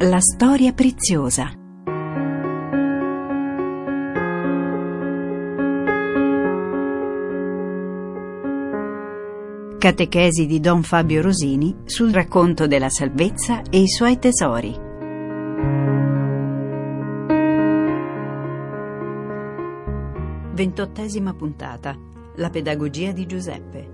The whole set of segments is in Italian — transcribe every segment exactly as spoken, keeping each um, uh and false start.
La storia preziosa. Catechesi di Don Fabio Rosini sul racconto della salvezza e i suoi tesori. Ventottesima puntata. La pedagogia di Giuseppe.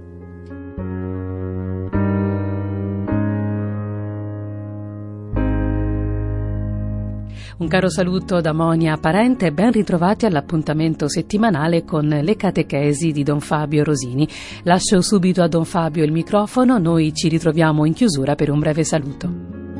Un caro saluto da Monia Parente e ben ritrovati all'appuntamento settimanale con le catechesi di Don Fabio Rosini. Lascio subito a Don Fabio il microfono, noi ci ritroviamo in chiusura per un breve saluto.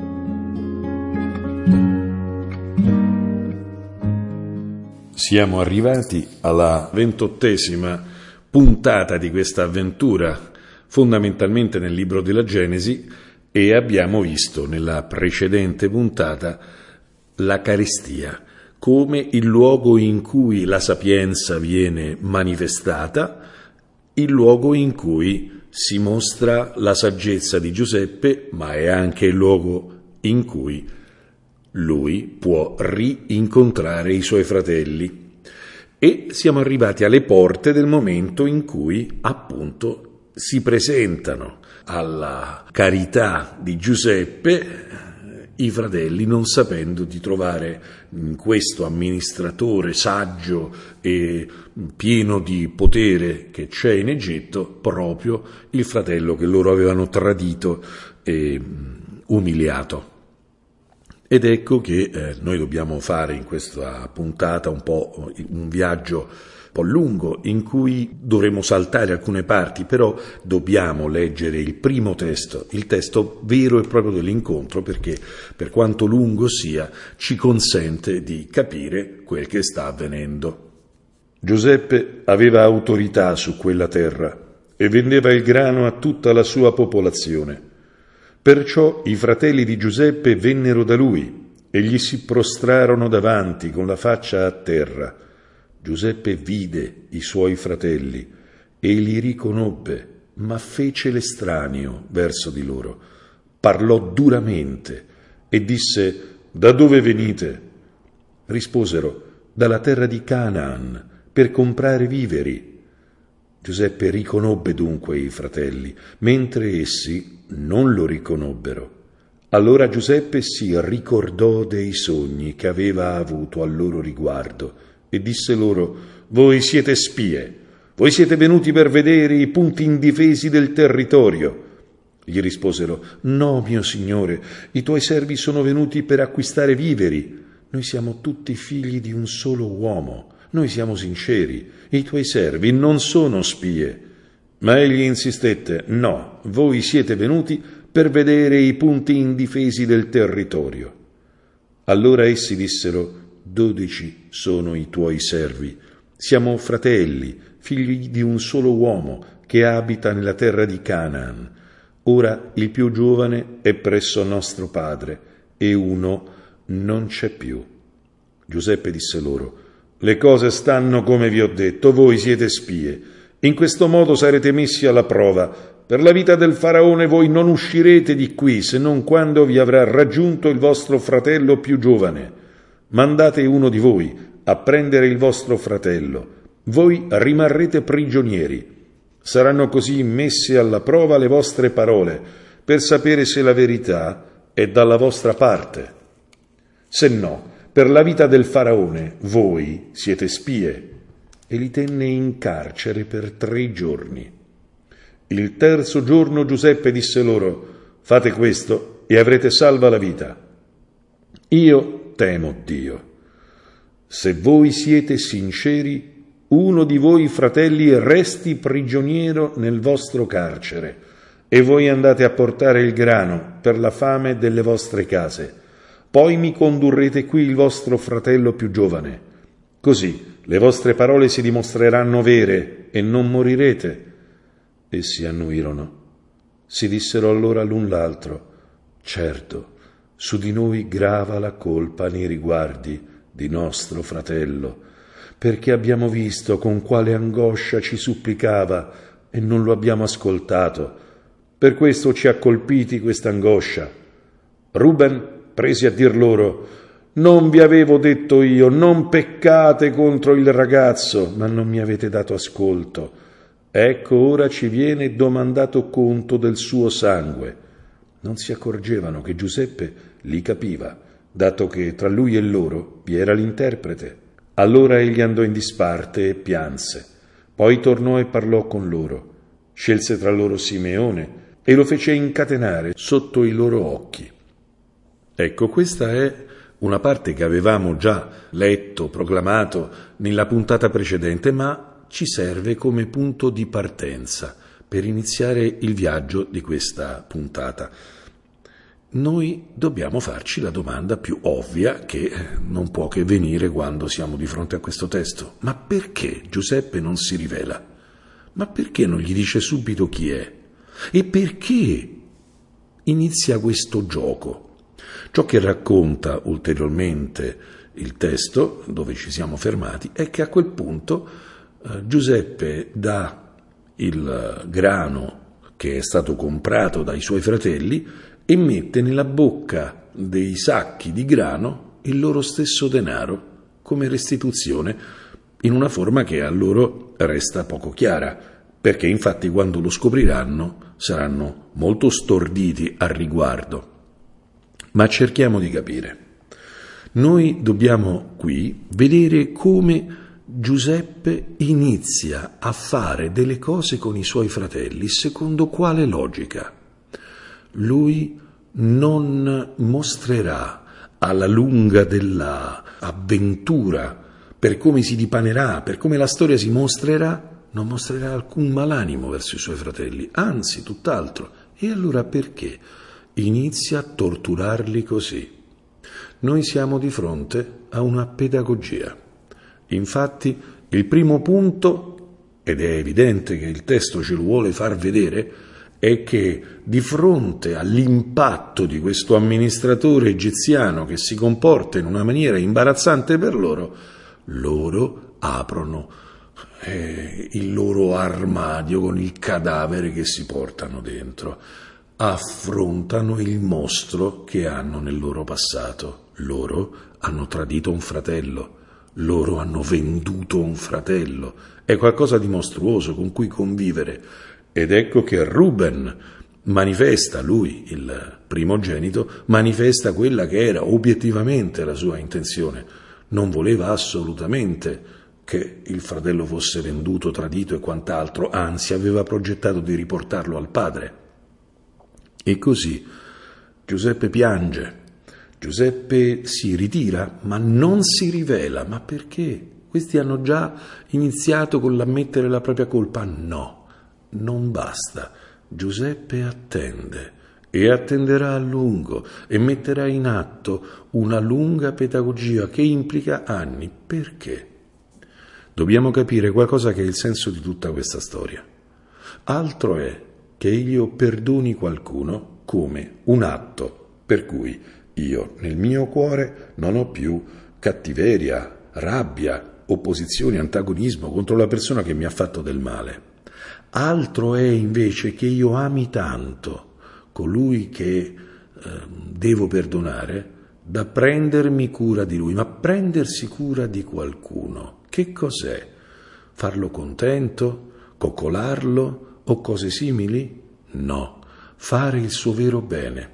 Siamo arrivati alla ventottesima puntata di questa avventura, fondamentalmente nel libro della Genesi, e abbiamo visto nella precedente puntata la carestia come il luogo in cui la sapienza viene manifestata, il luogo in cui si mostra la saggezza di Giuseppe, ma è anche il luogo in cui lui può rincontrare i suoi fratelli. E siamo arrivati alle porte del momento in cui appunto si presentano alla carità di Giuseppe i fratelli, non sapendo di trovare in questo amministratore saggio e pieno di potere che c'è in Egitto proprio il fratello che loro avevano tradito e umiliato. Ed ecco che eh, noi dobbiamo fare in questa puntata un po' un viaggio un po' lungo in cui dovremo saltare alcune parti, però dobbiamo leggere il primo testo, il testo vero e proprio dell'incontro, perché per quanto lungo sia ci consente di capire quel che sta avvenendo. Giuseppe aveva autorità su quella terra e vendeva il grano a tutta la sua popolazione. Perciò i fratelli di Giuseppe vennero da lui e gli si prostrarono davanti con la faccia a terra. Giuseppe vide i suoi fratelli e li riconobbe, ma fece l'estraneo verso di loro. Parlò duramente e disse: «Da dove venite?» Risposero: «Dalla terra di Canaan, per comprare viveri». Giuseppe riconobbe dunque i fratelli, mentre essi non lo riconobbero. Allora Giuseppe si ricordò dei sogni che aveva avuto al loro riguardo e disse loro: «Voi siete spie, voi siete venuti per vedere i punti indifesi del territorio». Gli risposero: «No, mio signore, i tuoi servi sono venuti per acquistare viveri. Noi siamo tutti figli di un solo uomo, noi siamo sinceri, i tuoi servi non sono spie». Ma egli insistette: «No, voi siete venuti per vedere i punti indifesi del territorio». Allora essi dissero: «Dodici sono i tuoi servi. Siamo fratelli, figli di un solo uomo che abita nella terra di Canaan. Ora il più giovane è presso nostro padre e uno non c'è più». Giuseppe disse loro: «Le cose stanno come vi ho detto, voi siete spie. In questo modo sarete messi alla prova. Per la vita del faraone voi non uscirete di qui se non quando vi avrà raggiunto il vostro fratello più giovane. Mandate uno di voi a prendere il vostro fratello. Voi rimarrete prigionieri. Saranno così messe alla prova le vostre parole, per sapere se la verità è dalla vostra parte. Se no, per la vita del faraone, voi siete spie». E li tenne in carcere per tre giorni. Il terzo giorno Giuseppe disse loro: «Fate questo e avrete salva la vita. Io temo Dio. Se voi siete sinceri, uno di voi fratelli resti prigioniero nel vostro carcere e voi andate a portare il grano per la fame delle vostre case. Poi mi condurrete qui il vostro fratello più giovane. Così le vostre parole si dimostreranno vere e non morirete». Essi annuirono. Si dissero allora l'un l'altro: «Certo, su di noi grava la colpa nei riguardi di nostro fratello, perché abbiamo visto con quale angoscia ci supplicava e non lo abbiamo ascoltato. Per questo ci ha colpiti questa angoscia. Ruben presi a dir loro: «Non vi avevo detto io, non peccate contro il ragazzo, ma non mi avete dato ascolto. Ecco, ora ci viene domandato conto del suo sangue». Non si accorgevano che Giuseppe li capiva, dato che tra lui e loro vi era l'interprete. Allora egli andò in disparte e pianse. Poi tornò e parlò con loro. Scelse tra loro Simeone e lo fece incatenare sotto i loro occhi. Ecco, questa è una parte che avevamo già letto, proclamato nella puntata precedente, ma ci serve come punto di partenza per iniziare il viaggio di questa puntata. Noi dobbiamo farci la domanda più ovvia che non può che venire quando siamo di fronte a questo testo. Ma perché Giuseppe non si rivela? Ma perché non gli dice subito chi è? E perché inizia questo gioco? Ciò che racconta ulteriormente il testo, dove ci siamo fermati, è che a quel punto eh, Giuseppe dà il grano che è stato comprato dai suoi fratelli e mette nella bocca dei sacchi di grano il loro stesso denaro come restituzione, in una forma che a loro resta poco chiara, perché infatti quando lo scopriranno saranno molto storditi al riguardo. Ma cerchiamo di capire. Noi dobbiamo qui vedere come Giuseppe inizia a fare delle cose con i suoi fratelli secondo quale logica? Lui non mostrerà alla lunga dell'avventura, per come si dipanerà, per come la storia si mostrerà, non mostrerà alcun malanimo verso i suoi fratelli, anzi tutt'altro. E allora perché inizia a torturarli così? Noi siamo di fronte a una pedagogia. Infatti, il primo punto, ed è evidente che il testo ce lo vuole far vedere, è che di fronte all'impatto di questo amministratore egiziano che si comporta in una maniera imbarazzante per loro, loro aprono eh, il loro armadio con il cadavere che si portano dentro, affrontano il mostro che hanno nel loro passato. Loro hanno tradito un fratello. Loro hanno venduto un fratello. È qualcosa di mostruoso con cui convivere. Ed ecco che Ruben manifesta, lui, il primogenito, manifesta quella che era obiettivamente la sua intenzione. Non voleva assolutamente che il fratello fosse venduto, tradito e quant'altro, anzi aveva progettato di riportarlo al padre. E così Giuseppe piange. Giuseppe si ritira, ma non si rivela. Ma perché? Questi hanno già iniziato con l'ammettere la propria colpa? No, non basta. Giuseppe attende e attenderà a lungo e metterà in atto una lunga pedagogia che implica anni. Perché? Dobbiamo capire qualcosa che è il senso di tutta questa storia. Altro è che io perdoni qualcuno come un atto per cui io nel mio cuore non ho più cattiveria, rabbia, opposizione, antagonismo contro la persona che mi ha fatto del male. Altro è invece che io ami tanto colui che eh, devo perdonare da prendermi cura di lui. Ma prendersi cura di qualcuno, che cos'è? Farlo contento? Coccolarlo? O cose simili? No, fare il suo vero bene.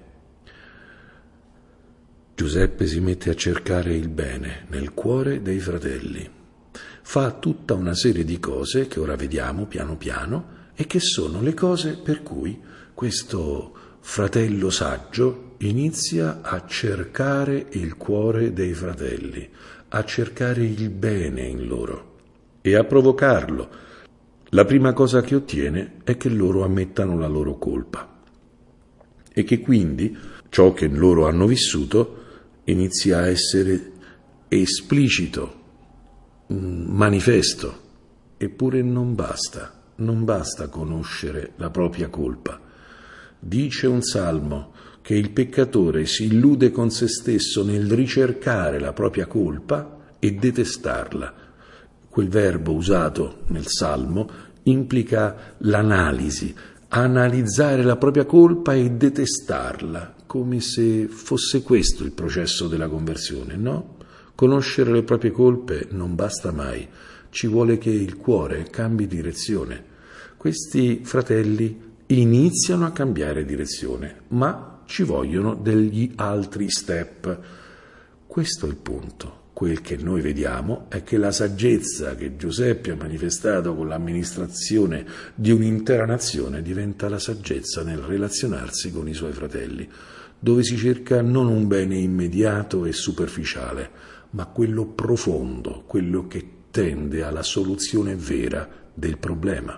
Giuseppe si mette a cercare il bene nel cuore dei fratelli. Fa tutta una serie di cose che ora vediamo piano piano e che sono le cose per cui questo fratello saggio inizia a cercare il cuore dei fratelli, a cercare il bene in loro e a provocarlo. La prima cosa che ottiene è che loro ammettano la loro colpa e che quindi ciò che loro hanno vissuto inizia a essere esplicito, manifesto. Eppure non basta, non basta conoscere la propria colpa. Dice un salmo che il peccatore si illude con se stesso nel ricercare la propria colpa e detestarla. Quel verbo usato nel salmo implica l'analisi, analizzare la propria colpa e detestarla, come se fosse questo il processo della conversione. No, conoscere le proprie colpe non basta mai, ci vuole che il cuore cambi direzione. Questi fratelli iniziano a cambiare direzione, ma ci vogliono degli altri step. Questo è il punto. Quel che noi vediamo è che la saggezza che Giuseppe ha manifestato con l'amministrazione di un'intera nazione diventa la saggezza nel relazionarsi con i suoi fratelli, dove si cerca non un bene immediato e superficiale, ma quello profondo, quello che tende alla soluzione vera del problema.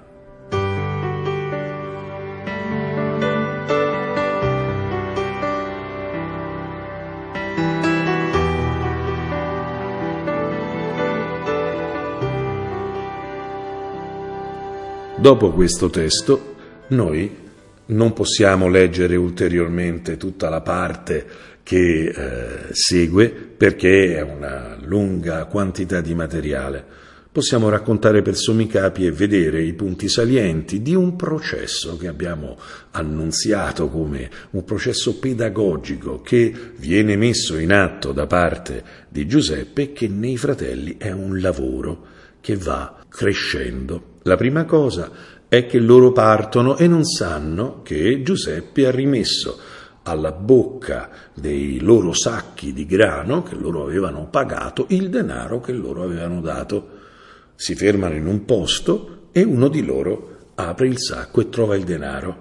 Dopo questo testo, noi non possiamo leggere ulteriormente tutta la parte che eh, segue, perché è una lunga quantità di materiale. Possiamo raccontare per sommi capi e vedere i punti salienti di un processo che abbiamo annunziato come un processo pedagogico che viene messo in atto da parte di Giuseppe e che nei fratelli è un lavoro che va crescendo. La prima cosa è che loro partono e non sanno che Giuseppe ha rimesso alla bocca dei loro sacchi di grano che loro avevano pagato il denaro che loro avevano dato. Si fermano in un posto e uno di loro apre il sacco e trova il denaro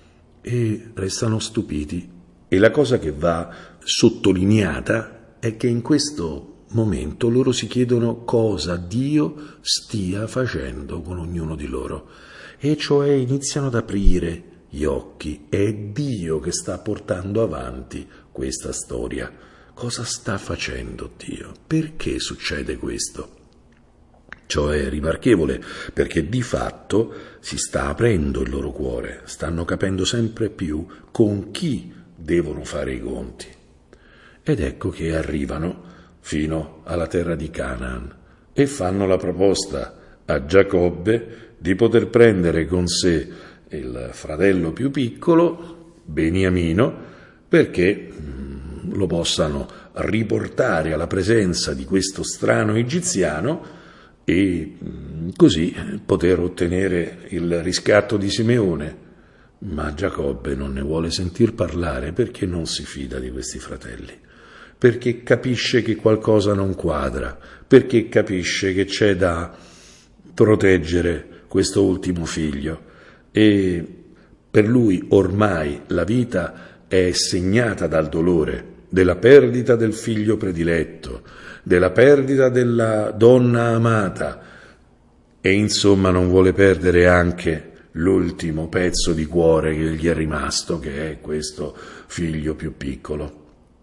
e restano stupiti. E la cosa che va sottolineata è che in questo momento loro si chiedono cosa Dio stia facendo con ognuno di loro, e cioè iniziano ad aprire gli occhi. È Dio che sta portando avanti questa storia. Cosa sta facendo Dio? Perché succede questo? Ciò è rimarchevole perché di fatto si sta aprendo il loro cuore, stanno capendo sempre più con chi devono fare i conti. Ed ecco che arrivano fino alla terra di Canaan e fanno la proposta a Giacobbe di poter prendere con sé il fratello più piccolo, Beniamino, perché mh, lo possano riportare alla presenza di questo strano egiziano e mh, così poter ottenere il riscatto di Simeone. Ma Giacobbe non ne vuole sentir parlare perché non si fida di questi fratelli, perché capisce che qualcosa non quadra, perché capisce che c'è da proteggere questo ultimo figlio e per lui ormai la vita è segnata dal dolore della perdita del figlio prediletto, della perdita della donna amata e insomma non vuole perdere anche l'ultimo pezzo di cuore che gli è rimasto, che è questo figlio più piccolo.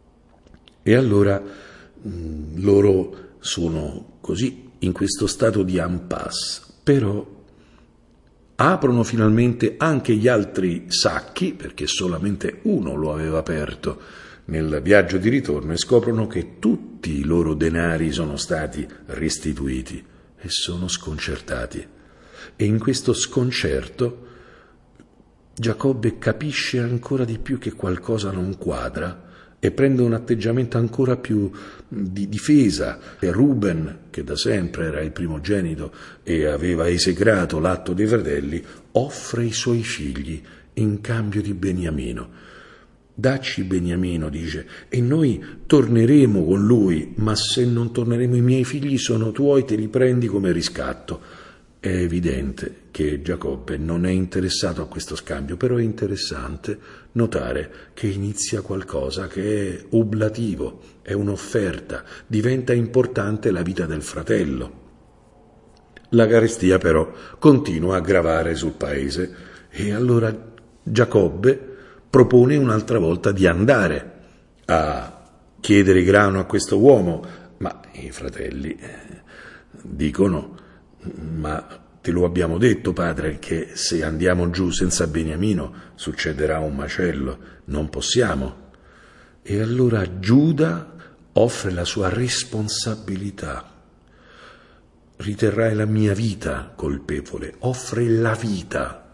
E allora mh, loro sono così in questo stato di impasse, però aprono finalmente anche gli altri sacchi, perché solamente uno lo aveva aperto nel viaggio di ritorno, e scoprono che tutti i loro denari sono stati restituiti e sono sconcertati. E in questo sconcerto Giacobbe capisce ancora di più che qualcosa non quadra e prende un atteggiamento ancora più di difesa. E Ruben, che da sempre era il primogenito e aveva esecrato l'atto dei fratelli, offre i suoi figli in cambio di Beniamino. Dacci Beniamino, dice, e noi torneremo con lui, ma se non torneremo i miei figli sono tuoi, te li prendi come riscatto. È evidente che Giacobbe non è interessato a questo scambio, però è interessante notare che inizia qualcosa che è oblativo, è un'offerta, diventa importante la vita del fratello. La carestia però continua a gravare sul paese e allora Giacobbe propone un'altra volta di andare a chiedere grano a questo uomo, ma i fratelli dicono: ma te lo abbiamo detto, padre, che se andiamo giù senza Beniamino succederà un macello, non possiamo. E allora Giuda offre la sua responsabilità. Riterrai la mia vita colpevole, offre la vita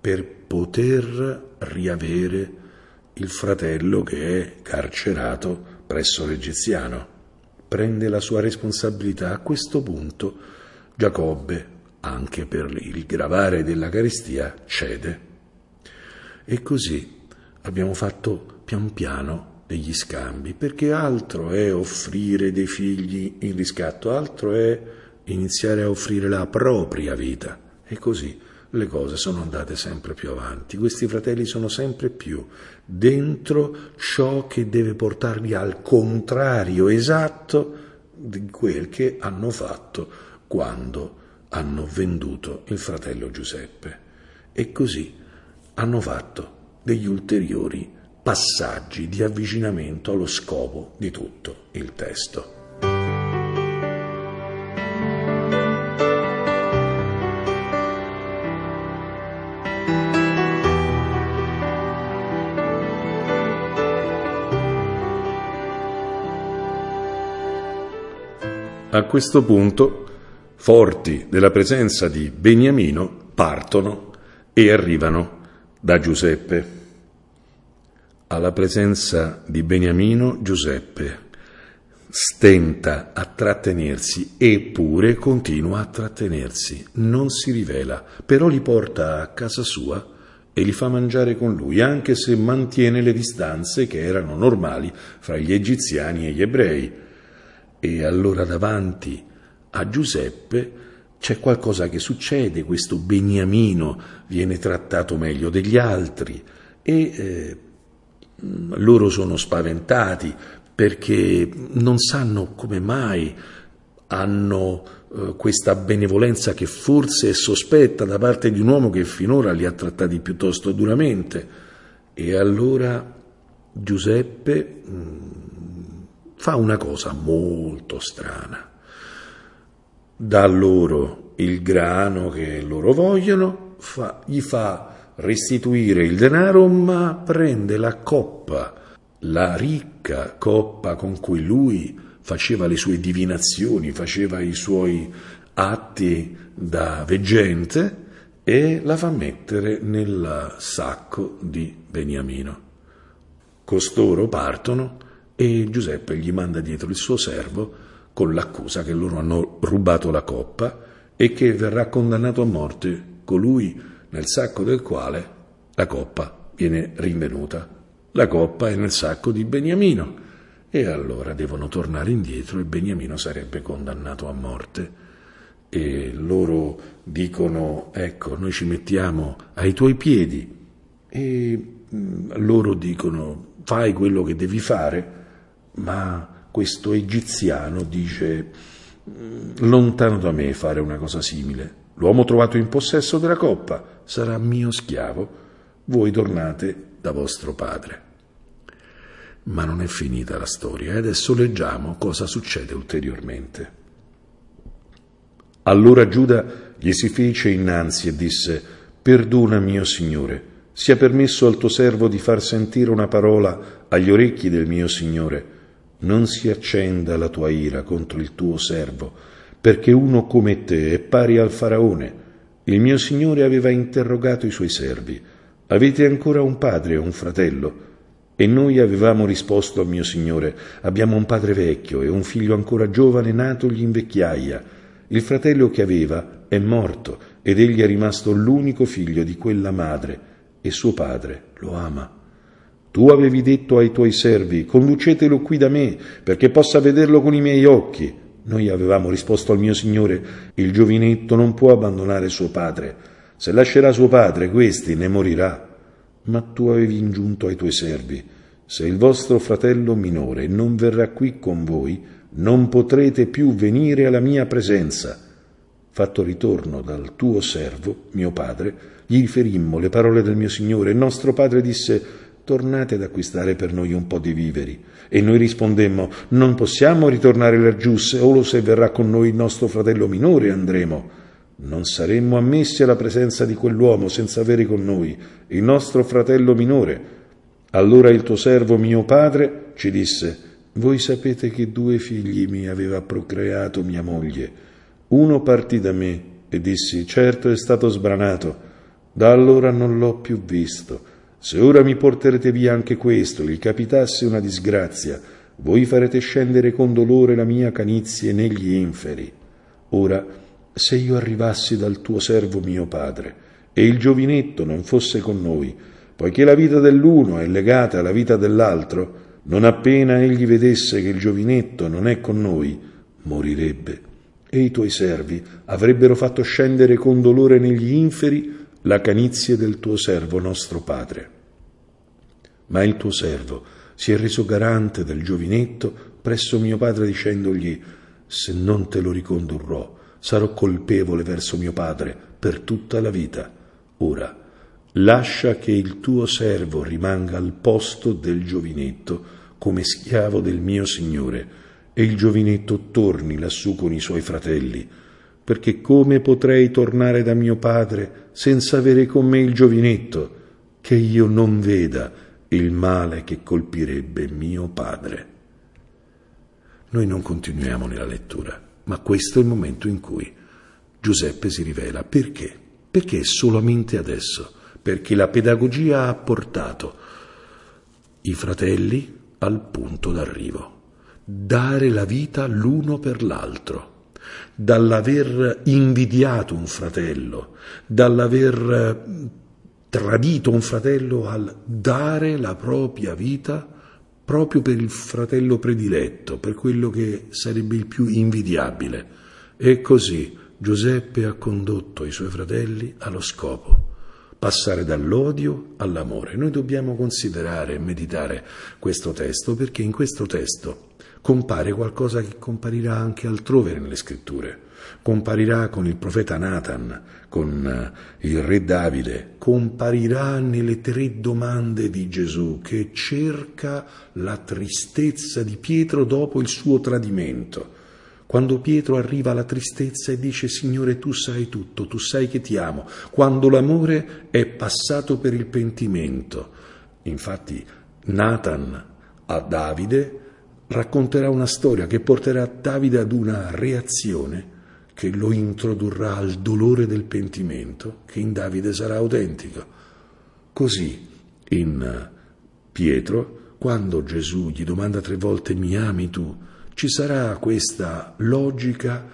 per poter riavere il fratello che è carcerato presso l'egiziano. Prende la sua responsabilità. A questo punto Giacobbe, anche per il gravare della carestia, cede. E così abbiamo fatto pian piano degli scambi, perché altro è offrire dei figli in riscatto, altro è iniziare a offrire la propria vita. E così le cose sono andate sempre più avanti. Questi fratelli sono sempre più dentro ciò che deve portarli al contrario esatto di quel che hanno fatto quando hanno venduto il fratello Giuseppe. E così hanno fatto degli ulteriori passaggi di avvicinamento allo scopo di tutto il testo. A questo punto, forti della presenza di Beniamino, partono e arrivano da Giuseppe. Alla presenza di Beniamino, Giuseppe stenta a trattenersi, eppure continua a trattenersi, non si rivela, però li porta a casa sua e li fa mangiare con lui, anche se mantiene le distanze che erano normali fra gli egiziani e gli ebrei. E allora davanti a Giuseppe c'è qualcosa che succede, questo Beniamino viene trattato meglio degli altri e eh, loro sono spaventati perché non sanno come mai hanno eh, questa benevolenza che forse è sospetta da parte di un uomo che finora li ha trattati piuttosto duramente. E allora Giuseppe mh, fa una cosa molto strana. Dà loro il grano che loro vogliono, fa, gli fa restituire il denaro, ma prende la coppa, la ricca coppa con cui lui faceva le sue divinazioni, faceva i suoi atti da veggente, e la fa mettere nel sacco di Beniamino. Costoro partono e Giuseppe gli manda dietro il suo servo con l'accusa che loro hanno rubato la coppa e che verrà condannato a morte colui nel sacco del quale la coppa viene rinvenuta. La coppa è nel sacco di Beniamino e allora devono tornare indietro e Beniamino sarebbe condannato a morte. E loro dicono: ecco, noi ci mettiamo ai tuoi piedi. E loro dicono: fai quello che devi fare. Ma questo egiziano dice: lontano da me fare una cosa simile. L'uomo trovato in possesso della coppa sarà mio schiavo, voi tornate da vostro padre. Ma non è finita la storia e adesso leggiamo cosa succede ulteriormente. Allora Giuda gli si fece innanzi e disse: perdona, mio signore, sia permesso al tuo servo di far sentire una parola agli orecchi del mio signore. Non si accenda la tua ira contro il tuo servo, perché uno come te è pari al faraone. Il mio signore aveva interrogato i suoi servi: avete ancora un padre o un fratello? E noi avevamo risposto al mio signore: abbiamo un padre vecchio e un figlio ancora giovane natogli in vecchiaia. Il fratello che aveva è morto ed egli è rimasto l'unico figlio di quella madre e suo padre lo ama. Tu avevi detto ai tuoi servi: conducetelo qui da me, perché possa vederlo con i miei occhi. Noi avevamo risposto al mio signore: il giovinetto non può abbandonare suo padre. Se lascerà suo padre, questi ne morirà. Ma tu avevi ingiunto ai tuoi servi: se il vostro fratello minore non verrà qui con voi, non potrete più venire alla mia presenza. Fatto ritorno dal tuo servo, mio padre, gli riferimmo le parole del mio signore. Il nostro padre disse: tornate ad acquistare per noi un po' di viveri. E noi rispondemmo: non possiamo ritornare laggiù, solo se verrà con noi il nostro fratello minore andremo. Non saremmo ammessi alla presenza di quell'uomo senza avere con noi il nostro fratello minore. Allora il tuo servo, mio padre, ci disse: voi sapete che due figli mi aveva procreato mia moglie. Uno partì da me e dissi: certo è stato sbranato. Da allora non l'ho più visto. Se ora mi porterete via anche questo, gli capitasse una disgrazia, voi farete scendere con dolore la mia canizie negli inferi. Ora, se io arrivassi dal tuo servo mio padre, e il giovinetto non fosse con noi, poiché la vita dell'uno è legata alla vita dell'altro, non appena egli vedesse che il giovinetto non è con noi, morirebbe, e i tuoi servi avrebbero fatto scendere con dolore negli inferi la canizie del tuo servo nostro padre. Ma il tuo servo si è reso garante del giovinetto presso mio padre dicendogli: se non te lo ricondurrò, sarò colpevole verso mio padre per tutta la vita. Ora, lascia che il tuo servo rimanga al posto del giovinetto come schiavo del mio signore, e il giovinetto torni lassù con i suoi fratelli, perché come potrei tornare da mio padre senza avere con me il giovinetto, che io non veda il male che colpirebbe mio padre. Noi non continuiamo nella lettura, ma questo è il momento in cui Giuseppe si rivela. Perché? Perché solamente adesso? Perché la pedagogia ha portato i fratelli al punto d'arrivo. Dare la vita l'uno per l'altro. Dall'aver invidiato un fratello, dall'aver tradito un fratello, al dare la propria vita proprio per il fratello prediletto, per quello che sarebbe il più invidiabile. E così Giuseppe ha condotto i suoi fratelli allo scopo, passare dall'odio all'amore. Noi dobbiamo considerare e meditare questo testo, perché in questo testo compare qualcosa che comparirà anche altrove nelle scritture. Comparirà con il profeta Natan, con il re Davide, comparirà nelle tre domande di Gesù, che cerca la tristezza di Pietro dopo il suo tradimento. Quando Pietro arriva alla tristezza e dice: Signore, tu sai tutto, tu sai che ti amo, quando l'amore è passato per il pentimento. Infatti Natan a Davide racconterà una storia che porterà Davide ad una reazione che lo introdurrà al dolore del pentimento, che in Davide sarà autentico. Così in Pietro, quando Gesù gli domanda tre volte: mi ami tu? Ci sarà questa logica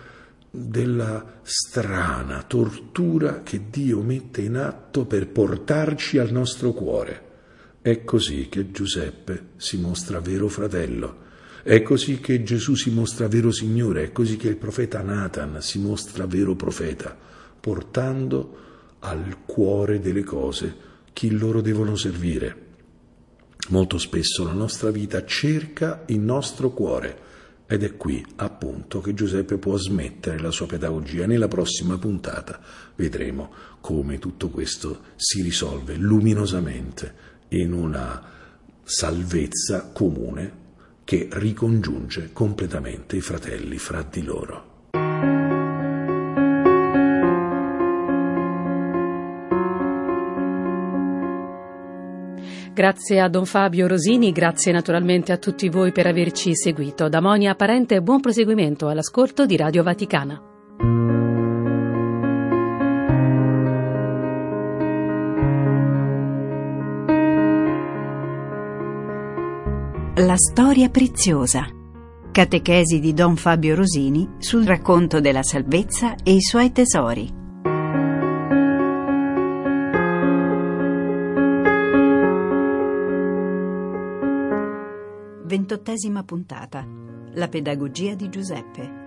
della strana tortura che Dio mette in atto per portarci al nostro cuore. È così che Giuseppe si mostra vero fratello. È così che Gesù si mostra vero Signore, è così che il profeta Natan si mostra vero profeta, portando al cuore delle cose chi loro devono servire. Molto spesso la nostra vita cerca il nostro cuore, ed è qui appunto che Giuseppe può smettere la sua pedagogia. Nella prossima puntata vedremo come tutto questo si risolve luminosamente in una salvezza comune che ricongiunge completamente i fratelli fra di loro. Grazie a Don Fabio Rosini, grazie naturalmente a tutti voi per averci seguito. Da Monia Parente, buon proseguimento all'ascolto di Radio Vaticana. La storia preziosa. Catechesi di Don Fabio Rosini sul racconto della salvezza e i suoi tesori. Ventottesima puntata. La pedagogia di Giuseppe.